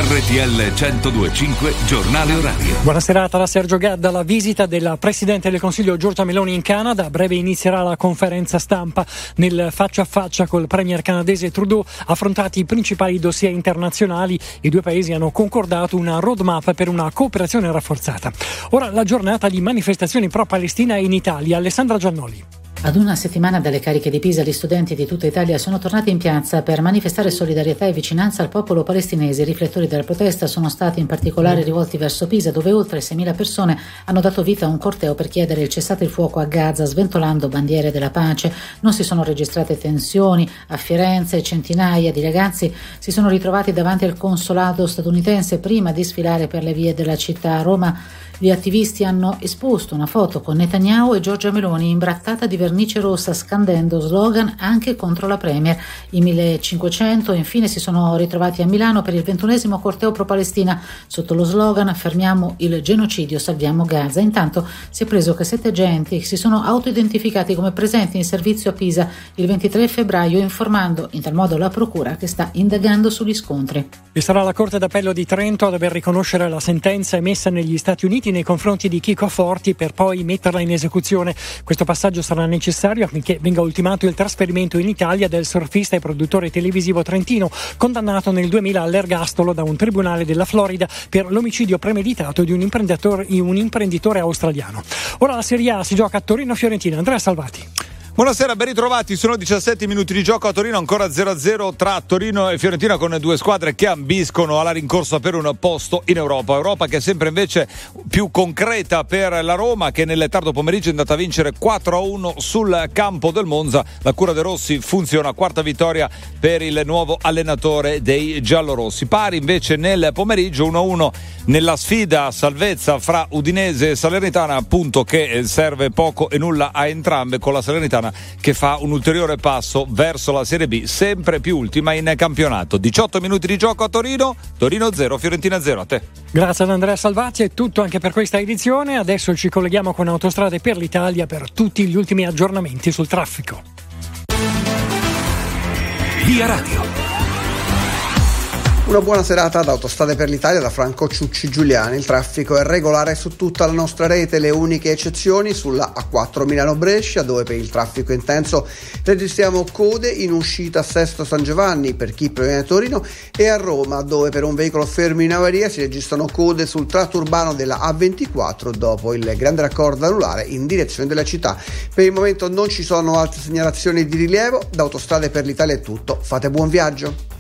RTL 102.5 Giornale Orario. Buona serata da Sergio Gadda. La visita del Presidente del Consiglio Giorgia Meloni in Canada. A breve inizierà la conferenza stampa. Nel faccia a faccia col premier canadese Trudeau, affrontati i principali dossier internazionali. I due paesi hanno concordato una roadmap per una cooperazione rafforzata. Ora la giornata di manifestazioni pro-Palestina in Italia. Alessandra Giannoli. Ad una settimana dalle cariche di Pisa, gli studenti di tutta Italia sono tornati in piazza per manifestare solidarietà e vicinanza al popolo palestinese. I riflettori della protesta sono stati in particolare rivolti verso Pisa, dove oltre 6.000 persone hanno dato vita a un corteo per chiedere il cessate il fuoco a Gaza, sventolando bandiere della pace. Non si sono registrate tensioni. A Firenze centinaia di ragazzi si sono ritrovati davanti al consolato statunitense prima di sfilare per le vie della città. A Roma gli attivisti hanno esposto una foto con Netanyahu e Giorgia Meloni imbrattata di vernice rossa, scandendo slogan anche contro la premier. I 1500 infine si sono ritrovati a Milano per il 21esimo corteo pro-Palestina sotto lo slogan "Fermiamo il genocidio, salviamo Gaza". Intanto si è preso che 7 agenti si sono autoidentificati come presenti in servizio a Pisa il 23 febbraio, informando in tal modo la procura che sta indagando sugli scontri. E sarà la Corte d'Appello di Trento a dover riconoscere la sentenza emessa negli Stati Uniti nei confronti di Chico Forti per poi metterla in esecuzione. Questo passaggio sarà necessario affinché venga ultimato il trasferimento in Italia del surfista e produttore televisivo trentino, condannato nel 2000 all'ergastolo da un tribunale della Florida per l'omicidio premeditato di un imprenditore australiano. Ora la Serie A si gioca a Torino-Fiorentina. Andrea Salvati. Buonasera, ben ritrovati. Sono 17 minuti di gioco a Torino, ancora 0-0 tra Torino e Fiorentina, con due squadre che ambiscono alla rincorsa per un posto in Europa. Europa che è sempre invece più concreta per la Roma, che nel tardo pomeriggio è andata a vincere 4-1 sul campo del Monza. La cura dei Rossi funziona, quarta vittoria per il nuovo allenatore dei giallorossi. Pari invece nel pomeriggio 1-1 nella sfida salvezza fra Udinese e Salernitana, appunto, che serve poco e nulla a entrambe, con la Salernitana che fa un ulteriore passo verso la Serie B, sempre più ultima in campionato. 18 minuti di gioco a Torino 0, Fiorentina 0. A te. Grazie ad Andrea Salvati, è tutto anche per questa edizione. Adesso ci colleghiamo con Autostrade per l'Italia per tutti gli ultimi aggiornamenti sul traffico. Via Radio. Una buona serata da Autostrade per l'Italia, da Franco Ciucci Giuliani. Il traffico è regolare su tutta la nostra rete, le uniche eccezioni sulla A4 Milano-Brescia, dove per il traffico intenso registriamo code in uscita a Sesto San Giovanni per chi proviene da Torino, e a Roma, dove per un veicolo fermo in avaria si registrano code sul tratto urbano della A24 dopo il grande raccordo anulare in direzione della città. Per il momento non ci sono altre segnalazioni di rilievo. Da Autostrade per l'Italia è tutto, fate buon viaggio.